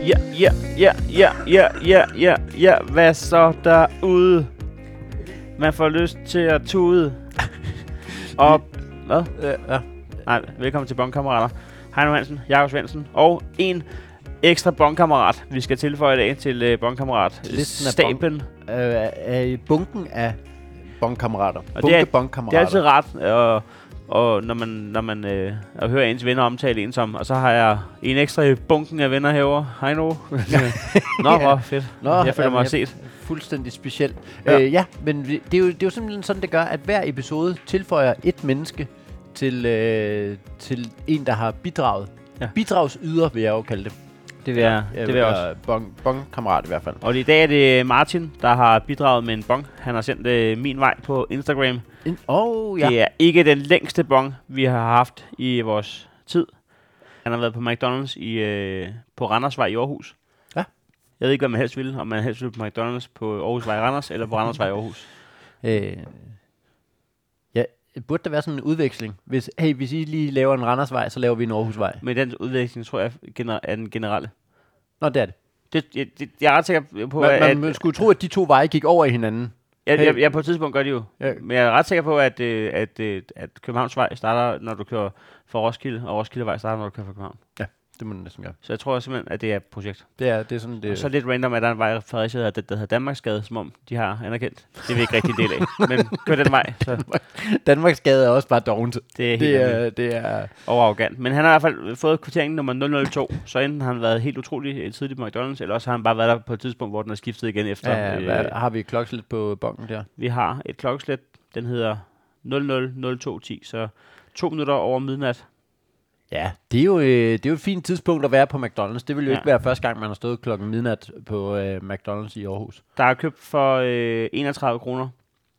Ja. Hvad så derude? Man får lyst til at tude. Og hvad? Ja. Nej, velkommen til Bongkammerater. Heino Hansen, Jakob Svendsen og en ekstra bongkammerat, vi skal tilføje i dag til bongkammerat-stablen. Bunken af bongkammerater. Det er Bongkammerater. altid rart, og når man hører ens venner omtale en som, og så har jeg en ekstra i bunken af venner herovre. Heino. Nå, hvor fedt. Jeg føler mig set. Fuldstændig specielt. Ja. Men det er jo simpelthen sådan, det gør, at hver episode tilføjer et menneske til en, der har bidraget. Ja. Bidragsyder, vil jeg jo kalde det. Det vil jeg også. Bongkammerat i hvert fald. Og i dag er det Martin, der har bidraget med en bong. Han har sendt min vej på Instagram. Ja. Det er ikke den længste bong, vi har haft i vores tid. Han har været på McDonald's på Randersvej i Aarhus. Ja. Jeg ved ikke, hvad man helst ville. Om man helst ville på McDonald's på Aarhusvej i Randers, eller på Randersvej i Aarhus. Burde der være sådan en udveksling? Hvis I lige laver en Randersvej, så laver vi en Aarhusvej. Men den udveksling, tror jeg, er den generelle. Nå, det er det. Jeg er ret sikker på, man skulle tro, at de to veje gik over i hinanden. Ja, på et tidspunkt gør de jo. Ja. Men jeg er ret sikker på, at Københavnsvej starter, når du kører fra Roskilde, og Roskildevej starter, når du kører fra København. Ja, det må den næsten gøre. Så jeg tror simpelthen, at det er et projekt. Det er sådan, det. Og så lidt random, at der er en vej i Fredericia, der hedder Danmarksgade, som om de har anerkendt. Det er vi ikke rigtig del af. Men kør den vej. Så. Danmarksgade er også bare dovent. Det er overarrogant. Men han har i hvert fald fået kvitteringen nummer 002. Så enten har han været helt utrolig tidligt på McDonald's, eller også har han bare været der på et tidspunkt, hvor den er skiftet igen efter. Har vi et klokkeslæt på bongen der? Vi har et klokkeslæt. Den hedder 000210. Så 2 minutter over midnat. Ja, det er jo et fint tidspunkt at være på McDonald's. Det vil jo ikke være første gang, man har stået klokken midnat på McDonald's i Aarhus. Der er købt for 31 kroner.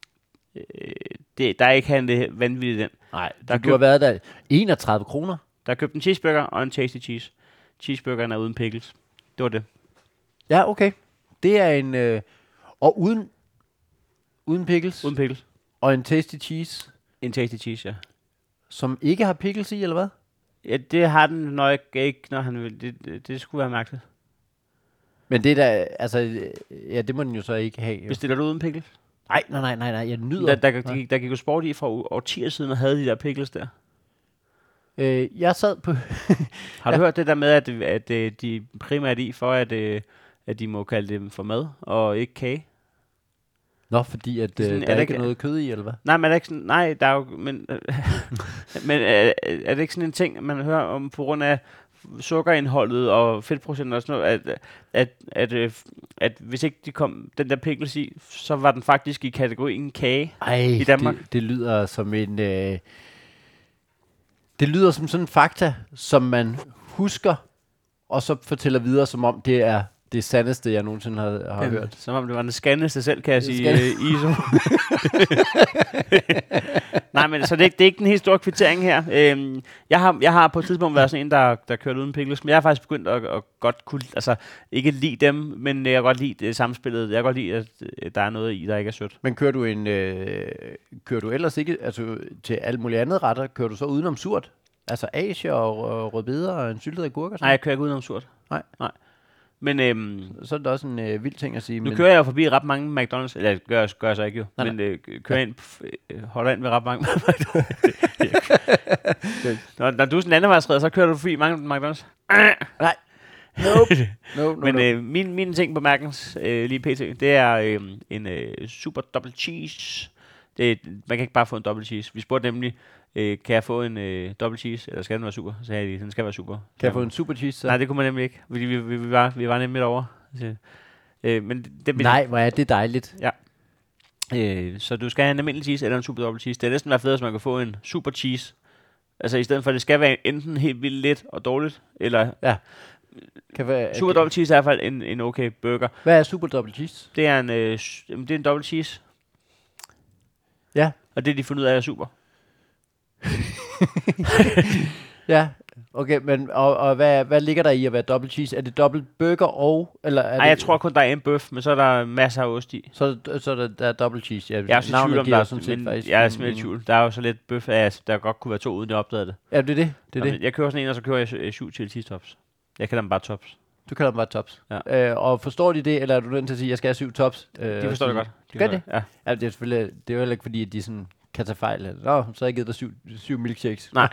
Der er ikke handlet vanvittigt den. Nej, du har været der 31 kroner. Der er købt en cheeseburger og en tasty cheese. Cheeseburgeren er uden pickles. Det var det. Ja, okay. Det er en... og uden pickles? Uden pickles. Og en tasty cheese? En tasty cheese, ja. Som ikke har pickles i, eller hvad? Ja, det har den nok ikke, når han vil. Det skulle være mærkeligt. Men det der, altså, ja, det må den jo så ikke have. Jo. Bestiller du uden pickles? Nej, jeg nyder. Der gik jo sport i fra årtier siden og havde de der pickles der. Jeg sad på... Har du hørt det der med, at de primært i for, at de må kalde dem for mad og ikke kage? Nå, fordi at sådan, der ikke er noget kød i, eller hvad? Nej, men er det ikke sådan, nej, der er jo, men er det ikke sådan en ting, man hører om på grund af sukkerindholdet og fedtprocenter og sådan noget, at hvis ikke de kom den der pickles i, så var den faktisk i kategorien kage i Danmark? Det lyder som en... det lyder som sådan en fakta, som man husker, og så fortæller videre, som om det er det sandeste, jeg nogensinde har hørt. Som om det var den skandeste selv, kan jeg sige, ISO. Nej, men så det er ikke den helt store kvittering her. Jeg har på et tidspunkt været sådan en, der kørte uden pickles, men jeg har faktisk begyndt at godt kunne, altså ikke lide dem, men jeg kan godt lide samspillet. Jeg kan godt lide, at der er noget i, der ikke er sødt. Men kører du ellers ikke, altså til alt muligt andet retter, kører du så udenom surt? Altså asier og rødbeder og en syltet agurk og sådan? Nej, jeg kører ikke udenom surt. Nej. Men så er det også en vild ting at sige. Nu kører jeg jo forbi ret mange McDonald's, eller gør jeg så ikke jo, men kører ind, holder ind ved ret mange når du er sådan en landevejsreder, så kører du forbi mange McDonald's. Nej. Nope. Men min ting på Mærkens lige pt, det er en super double cheese. Man kan ikke bare få en double cheese. Vi spurgte nemlig, kan jeg få en double cheese, eller skal den være super? Så sagde de, den skal være super. Kan jeg få en super cheese så? Nej, det kunne man nemlig ikke, fordi vi var nemlig derovre. Men nej, hvor er det dejligt. Ja. Så du skal have en almindelig cheese eller en super double cheese. Det er næsten være federe, hvis man kan få en super cheese. Altså i stedet for, at det skal være enten helt vildt let og dårligt, eller... Ja. Super double cheese er i hvert fald en okay burger. Hvad er super double cheese? Det er en double cheese. Ja. Og det de fundet ud af er super. Ja, okay, men og hvad ligger der i at være double cheese? Er det double burger og... Eller er nej, jeg tror kun, der er en bøf, men så er der masser af ost i. Så der er double cheese, ja. Jeg er også i tvivl om, der jeg er simpelthen i tvivl. Der er jo så lidt bøf af, der godt kunne være 2, uden jeg opdagede det. Ja, det er det. Jeg kører sådan en, og så kører jeg 7 chili cheese tops. Jeg kalder dem bare tops. Du kalder dem bare tops. Ja. Og forstår de det, eller er du nødt til at sige, at jeg skal have 7 tops? De forstår det godt. Gør det? Ja. Ja, det er selvfølgelig, det er jo heller ikke fordi, at de sådan kan tage fejl. Nå, så har jeg givet dig 7 milkshakes. Nej.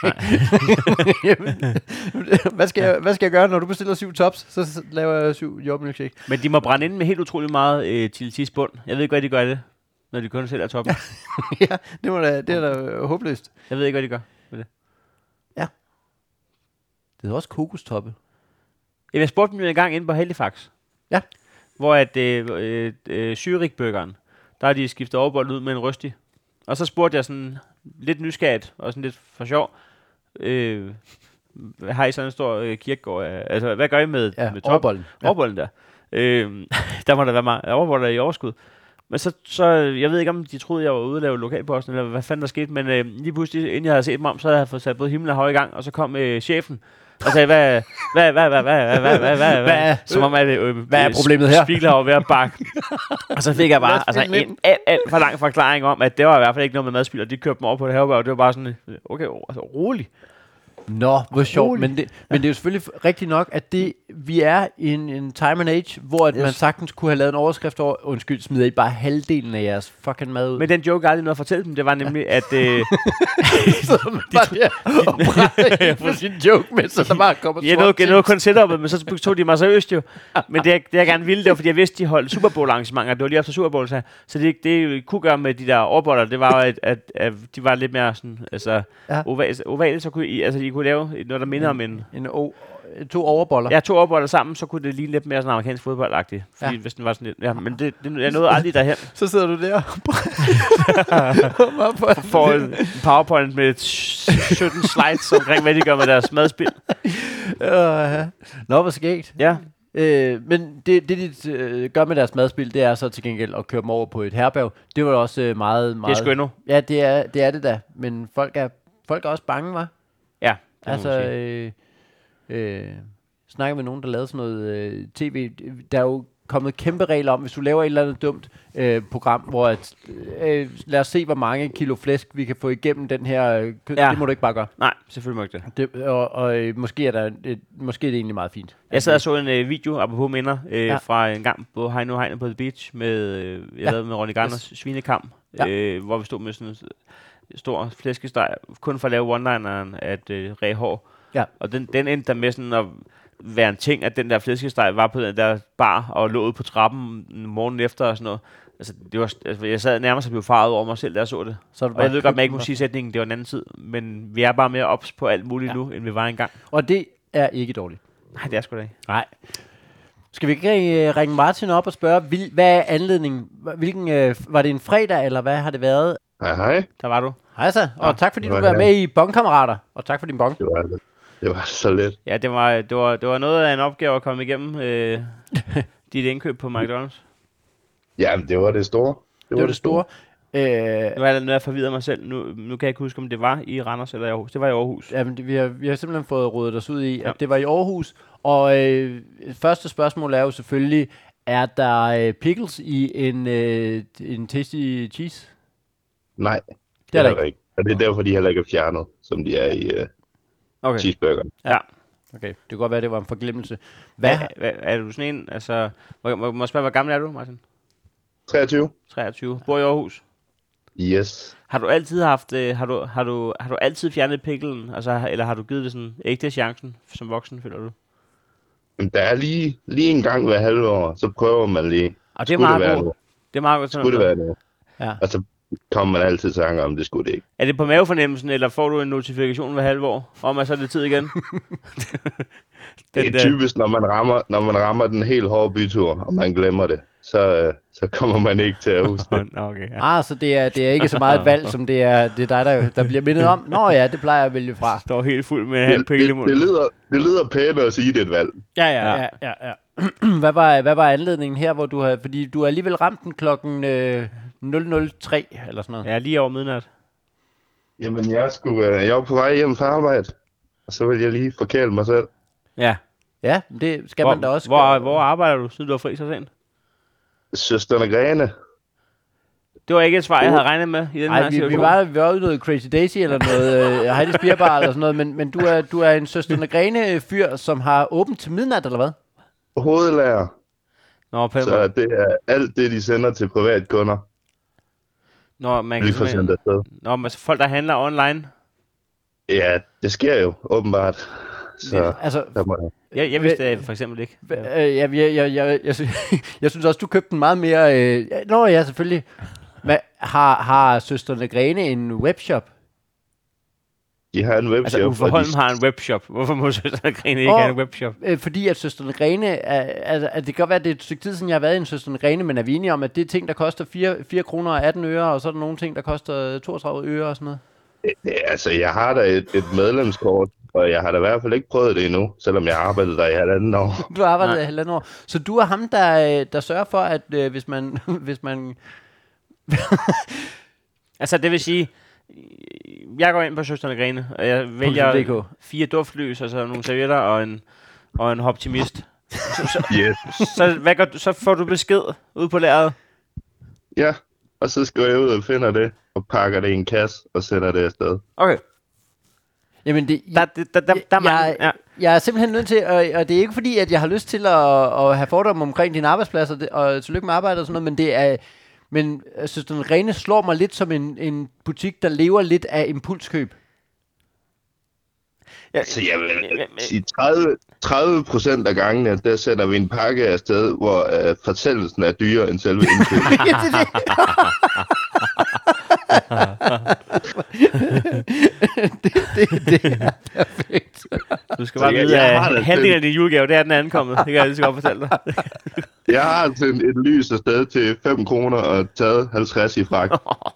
hvad skal jeg gøre, når du bestiller 7 tops? Så laver jeg 7 jordmilkshakes. Men de må brænde ind med helt utrolig meget til sidst bund. Jeg ved ikke, hvad de gør det, når de kun sælger toppen. Ja, det er da håbløst. Jeg ved ikke, hvad de gør med det. Ja. Det er også kokostoppe. Jeg spurgte dem jo en gang inde på Halifax. Ja. Hvor at Zürich-burgeren, der har de skiftet overbold ud med en røsti. Og så spurgte jeg sådan lidt nysgerrigt og sådan lidt for sjov. Har I sådan en stor kirkegård? Altså, hvad gør I med top? Overbolden. Ja. Overbolden der. Der må der være meget overbold i overskud. Men så, jeg ved ikke, om de troede, jeg var ude at lave lokalposten, eller hvad fanden der skete, men lige pludselig, inden jeg havde set dem om, så havde jeg fået sat både himmel og høj i gang, og så kom chefen og sagde, hvad, som om at hvad er problemet her? Spiegler var ved at bakke. Og så fik jeg bare en alt for lang forklaring om, at det var i hvert fald ikke noget med madspil, og de kørte dem over på det her, og det var bare sådan, okay, altså rolig. Nå, hvor sjovt, men det er jo selvfølgelig rigtigt nok, at vi er i en time and age, hvor at man sagtens kunne have lavet en overskrift over, undskyld, smider I bare halvdelen af jeres fucking mad ud. Men den joke, jeg aldrig nåede at fortælle dem, det var nemlig, at så man bare på sin joke med, så der bare kommer jeg nåede kun setup'et, men så tog de mig seriøst jo. Men det jeg gerne ville, det var, fordi jeg vidste, de holdt Super Bowl arrangementer, det var lige efter Super Bowl, så det kunne gøre med de der overboller, det var at de var lidt mere sådan, altså ovale, så kunne I kunne lave noget, der minder om 2 overboller. Ja, 2 overboller sammen, så kunne det ligne lidt mere sådan amerikansk fodboldagtigt. Fordi hvis den var sådan lidt, ja, men jeg nåede aldrig derhen. Så sidder du der for en PowerPoint med 17 slides omkring, hvad de gør med deres madspil. Nå, hvor skægt. Ja. Men det de gør med deres madspil, det er så til gengæld at køre dem over på et herberg. Det var også meget... Det er sgu endnu. Ja, det er det da. Men folk er også bange, hva'? Ja. Altså, snakker med nogen, der lavede sådan noget tv. Der er jo kommet kæmpe regler om, hvis du laver et eller andet dumt program, hvor at, lad os se, hvor mange kilo flæsk vi kan få igennem den her kød. Ja. Det må du ikke bare gøre. Nej, selvfølgelig må ikke det. Og måske er det egentlig meget fint. Jeg sad og så en video, apropos minder, fra en gang på Heino på The Beach, jeg lavede med Ronny Gardners svinekam, hvor vi stod med sådan en stor flæskesteg, kun for at lave one-lineren at Ræ Hår. Ja. Og den endte der med sådan at være en ting, at den der flæskesteg var på den der bar og lå ude på trappen morgenen efter og sådan noget. Altså, det var, jeg sad nærmest og blev farvet over mig selv, da jeg så det. Og jeg ved godt, at man ikke må sige sætningen, det var en anden tid, men vi er bare mere ops på alt muligt nu, end vi var engang. Og det er ikke dårligt. Nej, det er sgu da ikke. Nej. Skal vi ikke ringe Martin op og spørge, hvad er anledningen? Var det en fredag, eller hvad har det været? Hej. Der var du. Hej så, og tak fordi du var med i Bongkammerater, og tak for din bong. Det var så let. Ja, det var noget af en opgave at komme igennem dit indkøb på McDonald's. Ja, det var det store. Det var det store. Nu er jeg nødt til at forvirre mig selv. Nu kan jeg ikke huske, om det var i Randers eller i Aarhus. Det var i Aarhus. Ja, men vi har simpelthen fået rodet os ud i, at det var i Aarhus. Og første spørgsmål er jo selvfølgelig, er der pickles i en tasty cheese? Nej, det er der ikke. Og det er derfor, de heller ikke er fjernet, som de er i cheeseburgeren. Ja. Okay, det kan godt være, det var en forglemmelse. Hvad er du sådan en, altså, må jeg spørge, hvor gammel er du, Martin? 23. 23. Bor i Aarhus? Yes. Har du altid haft, har du altid fjernet picklen, altså, eller har du givet det sådan ægte chancen som voksen, føler du? Der er lige en gang hver halve år, så prøver man lige. Og det er meget godt. Det er meget godt. Skulle det være det? Ja. Og så kommer man altid tanker om, det skulle det ikke. Er det på mavefornemmelsen, eller får du en notifikation hver halve år, om at så er det tid igen? Det er typisk, når man rammer den helt hårde bytur, og man glemmer det, så kommer man ikke til at huske det. Okay, ja. Så det er ikke så meget et valg, som det er dig, der bliver mindet om. Nå ja, det plejer jeg at vælge fra. Står helt fuld med en halv pikkel i munden. Det lyder pænt at sige, det er et valg. Ja. Hvad var anledningen her, hvor du har, fordi du har alligevel ramt den klokken 003 eller sådan noget? Ja, lige over midnat. Jamen, jeg var på vej hjem fra arbejde, og så ville jeg lige forkæle mig selv. Ja. Ja, det skal man da også. Hvor arbejder du, siden du har fri så sent? Søsterne Grene. Det var ikke et svar, jeg havde regnet med i den her situation. Vi var ude i noget Crazy Daisy eller noget Heidi Spierbar eller sådan noget, men du er en Søsterne Grene fyr, som har åbent til midnat, eller hvad? hovedlager. Nå, på den Så måde. det er alt det, de sender til privatkunder. Nå, man kan Lige for sendt simpelthen... afsted. Nå, men altså folk, der handler online. Ja, det sker jo åbenbart. Så Altså, der må Jeg vidste det for eksempel ikke. jeg synes også, du købte den meget mere... Nå ja, selvfølgelig. Men har søsterne Grene en webshop? de har en webshop. Altså, Uffe og Holm har en webshop. Hvorfor må Søsterne Grene ikke have en webshop? Fordi at søsterne Grene... at det kan godt være, at det er et stykke tid siden, jeg har været i en søsterne Grene, men er vi enige om, at det er ting, der koster 4 kroner og 18 øre, og så er der nogle ting, der koster 32 øre og sådan noget? Altså, jeg har da et medlemskort, og jeg har da i hvert fald ikke prøvet det endnu, selvom jeg har arbejdet der i 1,5 år. Du har arbejdet i 1,5 år. Så du er ham, der sørger for, at hvis man... Altså, det vil sige, jeg går ind på Søsterne Grene, og jeg vælger .dk. 4 duftlys, og så nogle servietter og en optimist. Yes. Så får du besked ude på lageret. Ja, og så skal jeg ud og finder det, og pakker det i en kasse, og sender det afsted. Okay. Jamen, Der er mange... Ja. jeg er simpelthen nødt til, og det er ikke fordi, at jeg har lyst til at have fordomme omkring din arbejdsplads, og tillykke med arbejde og sådan noget, men det er... Men jeg synes, den Rene slår mig lidt som en butik, der lever lidt af impulskøb. Så jeg vil sige 30% af gangene, der sender vi en pakke afsted, hvor fortællelsen er dyrere end selve indkøbet. det er perfekt. Du skal bare vide, at halvdelen af din julegave, det er den ankommet. Det kan jeg lige så godt fortælle dig. Jeg har sendt et lys afsted til 5 kroner og taget 50 i fragt.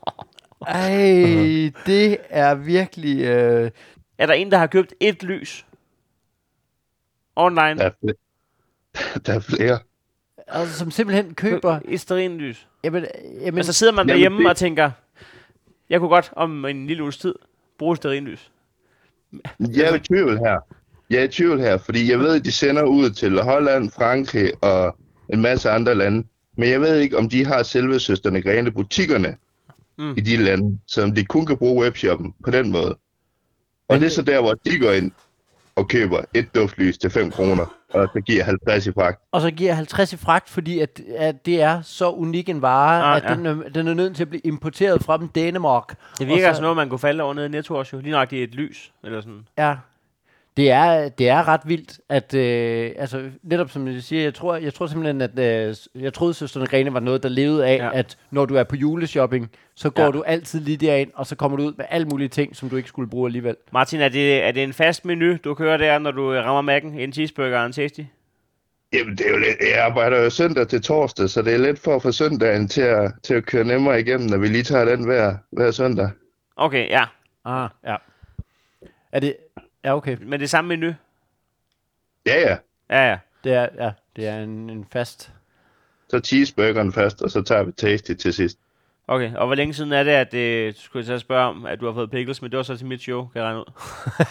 Ej, det er virkelig... Er der en, der har købt et lys? Online? Der er flere. Altså, som simpelthen køber... Et stearinlys. Jamen, Altså sidder man derhjemme og tænker, jeg kunne godt om en lille uges tid bruge stearinlys. Jeg er i tvivl her. Fordi jeg ved, at de sender ud til Holland, Frankrig og en masse andre lande. Men jeg ved ikke, om de har selve Søsterne Grene butikkerne i de lande, som de kun kan bruge webshoppen på den måde. Og det er så der, hvor de går ind og køber et duftlys til 5 kroner, og så giver 50 i fragt. Og så giver 50 i fragt, fordi at det er så unik en vare, at den er nødt til at blive importeret fra dem Danmark. Det virker altså noget, man kunne falde over nede i Netto også, jo. Lige nok i et lys, eller sådan. Ja. Det er ret vildt, at altså netop som jeg siger, jeg tror simpelthen, at jeg troede, Søsterne Grene var noget, der levede af, at når du er på juleshopping, så går du altid lige derind, og så kommer du ud med alle mulige ting, som du ikke skulle bruge alligevel. Martin, er det en fast menu, du kører der, når du rammer Mac'en? En cheeseburger og en tasty? Jamen, det er jo lidt, jeg arbejder jo søndag til torsdag, så det er lidt for at få søndagen til at køre nemmere igennem, når vi lige tager den hver søndag. Okay, ja. Ja. Er det... Ja, okay. Men det samme menu? Ja. Ja. Det er en fast... Så cheeseburgeren først, og så tager vi tasty til sidst. Okay, og hvor længe siden er det, at skulle jeg så spørge om, at du har fået pickles, men det var så til mit show, kan jeg regne ud?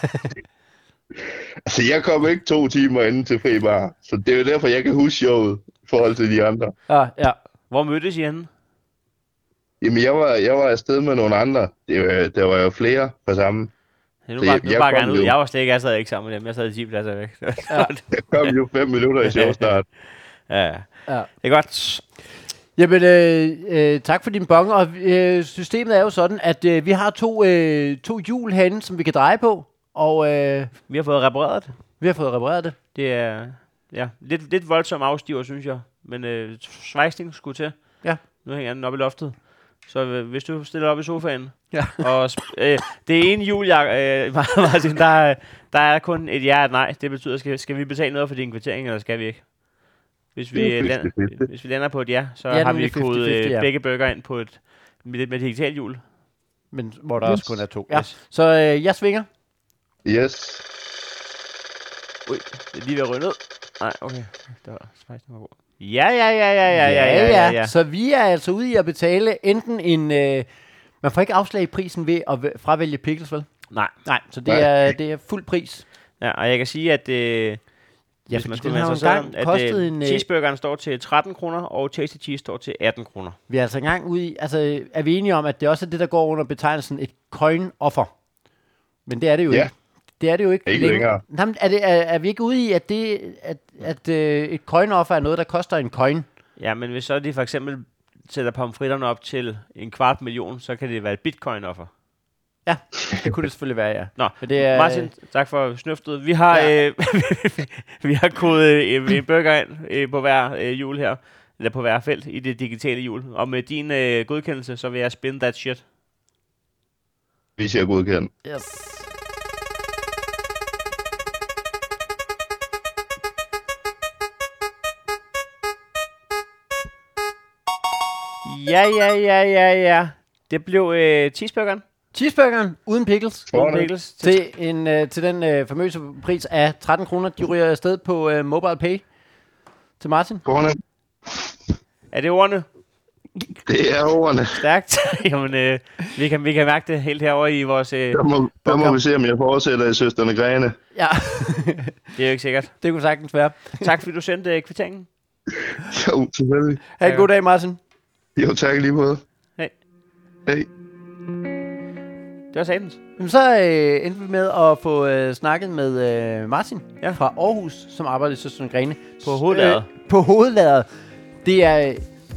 Altså, jeg kom ikke 2 timer inden til fri bar, så det er jo derfor, jeg kan huske showet i forhold til de andre. Ja. Hvor mødtes I henne? Jamen, jeg var afsted med nogle andre. Der var jo flere på sammen. Nu bare gerne ud. Jeg var slet ikke, jeg sad ikke sammen med dem. Jeg sad 10 pladser væk. Jeg kom jo 5 minutter i showstart. Ja. Det er godt. Jamen, tak for din bong. Og systemet er jo sådan, at vi har to hjul herinde, som vi kan dreje på. Og vi har fået repareret det. Det er lidt voldsom afstiver, synes jeg. Men svejsning skulle til. Ja. Nu hænger den op i loftet. Så hvis du stiller op i sofaen, ja. Og det ene jul, Martin, der er kun et ja og et nej. Det betyder, skal vi betale noget for din kvittering, eller skal vi ikke? Hvis vi lander på et ja, så har vi kodet begge burger ind på et med digitalt hjul. Men hvor der også kun er 2. Ja. Så jeg svinger. Yes. Ui, det er lige ved at ryge ned. Nej, okay. Der var faktisk noget god. Ja. Så vi er altså ude i at betale enten en... man får ikke afslag i prisen ved at fravælge pickles, vel? Nej. Så det er fuld pris. Ja, og jeg kan sige, at hvis man skulle være så at cheeseburgeren står til 13 kroner, og Tasty Cheese står til 18 kroner. Vi er altså engang ude i... Altså, er vi enige om, at det også er det, der går under betegnelsen et coin-offer? Men det er det jo ikke. Det er det jo ikke. Ikke længere. Jamen, er vi ikke ude i, at et coin-offer er noget, der koster en coin? Ja, men hvis så de for eksempel sætter pomfritterne op til 250.000, så kan det være et bitcoin-offer. Ja, det kunne det selvfølgelig være, ja. Nå, men det er, Martin, tak for snøftet. Vi har, vi har kodet en burger ind på hver hjul her, eller på hver felt i det digitale hjul. Og med din godkendelse, så vil jeg spin that shit. Vi siger godkendt. Yes. Ja. Det blev cheeseburgeren. Cheeseburgeren uden pickles. Uden pickles. Til den famøse pris af 13 kroner. De ryger afsted på Mobile Pay til Martin. Ordene. Er det ordene? Det er ordene. Stærkt. Jamen, vi kan mærke det helt herovre i vores... Der må vi se, om jeg fortsætter i Søsterne Grene. Ja. Det er jo ikke sikkert. Det kunne sagtens være. Tak fordi du sendte kvitteringen. Jo, selvfølgelig. Ha' en god dag, Martin. Jo, tak lige måde. Hej. Hej. Det var satans. Så endte vi med at få snakket med Martin fra Aarhus, som arbejder i Søsterne Grene. På hovedlageret. På hovedlageret. Det er...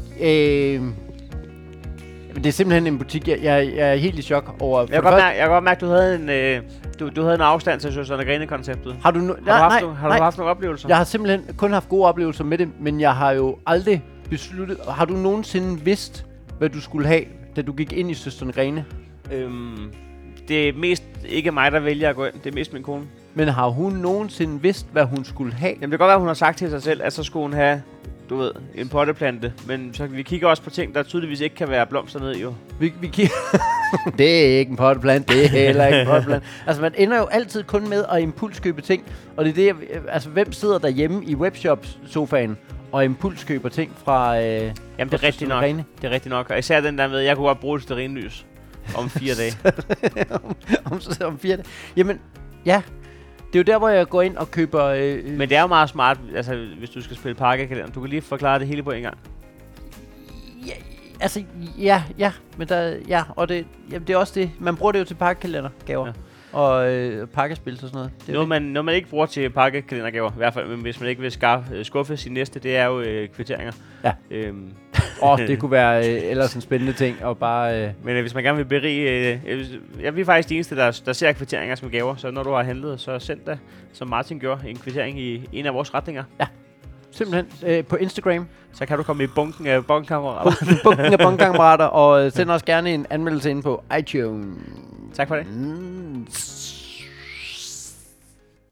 det er simpelthen en butik, jeg er helt i chok over. Jeg kan godt mærke, at du havde du havde en afstand til Søsterne Grene-konceptet. Har du haft nogle oplevelser? Jeg har simpelthen kun haft gode oplevelser med det, men jeg har jo aldrig besluttet... Har du nogensinde vidst, hvad du skulle have, da du gik ind i Søsterne Grene? Det er mest ikke mig, der vælger at gå ind. Det er mest min kone. Men har hun nogensinde vidst, hvad hun skulle have? Jamen det kan godt være, hun har sagt til sig selv, at så skulle hun have, du ved, en potteplante. Men så vi kigger også på ting, der tydeligvis ikke kan være blomster ned i, jo. Vi kigger... Det er ikke en potteplante, det er heller ikke en potteplante. Altså man ender jo altid kun med at impulskøbe ting. Og det er det, altså hvem sidder derhjemme i webshop-sofaen og impulskøber ting fra... Jamen det er rigtigt nok. Det er rigtigt nok. Og især den der med, jeg kunne godt bruge et stearinlys om 4 dage. om 4 dage. Jamen, ja. Det er jo der, hvor jeg går ind og køber... Men det er jo meget smart, altså hvis du skal spille pakkekalender. Du kan lige forklare det hele på en gang. Ja, altså, ja. Men der, ja, og det er også det. Man bruger det jo til pakkekalendergaver. Ja. Og pakkespil og sådan noget. Det noget man ikke bruger til pakkekalendergaver, i hvert fald hvis man ikke vil skuffe sin næste, det er jo kvitteringer. Ja. Det kunne være ellers en spændende ting og bare... Men hvis man gerne vil berige... vi er faktisk de eneste, der ser kvitteringer som gaver, så når du har handlet, så send da, som Martin gjorde, en kvittering i en af vores retninger. Ja. Simpelthen på Instagram. Så kan du komme i bunken af bongkammerater. bunken af bongkammerater, og send os gerne en anmeldelse ind på iTunes. Tak for det.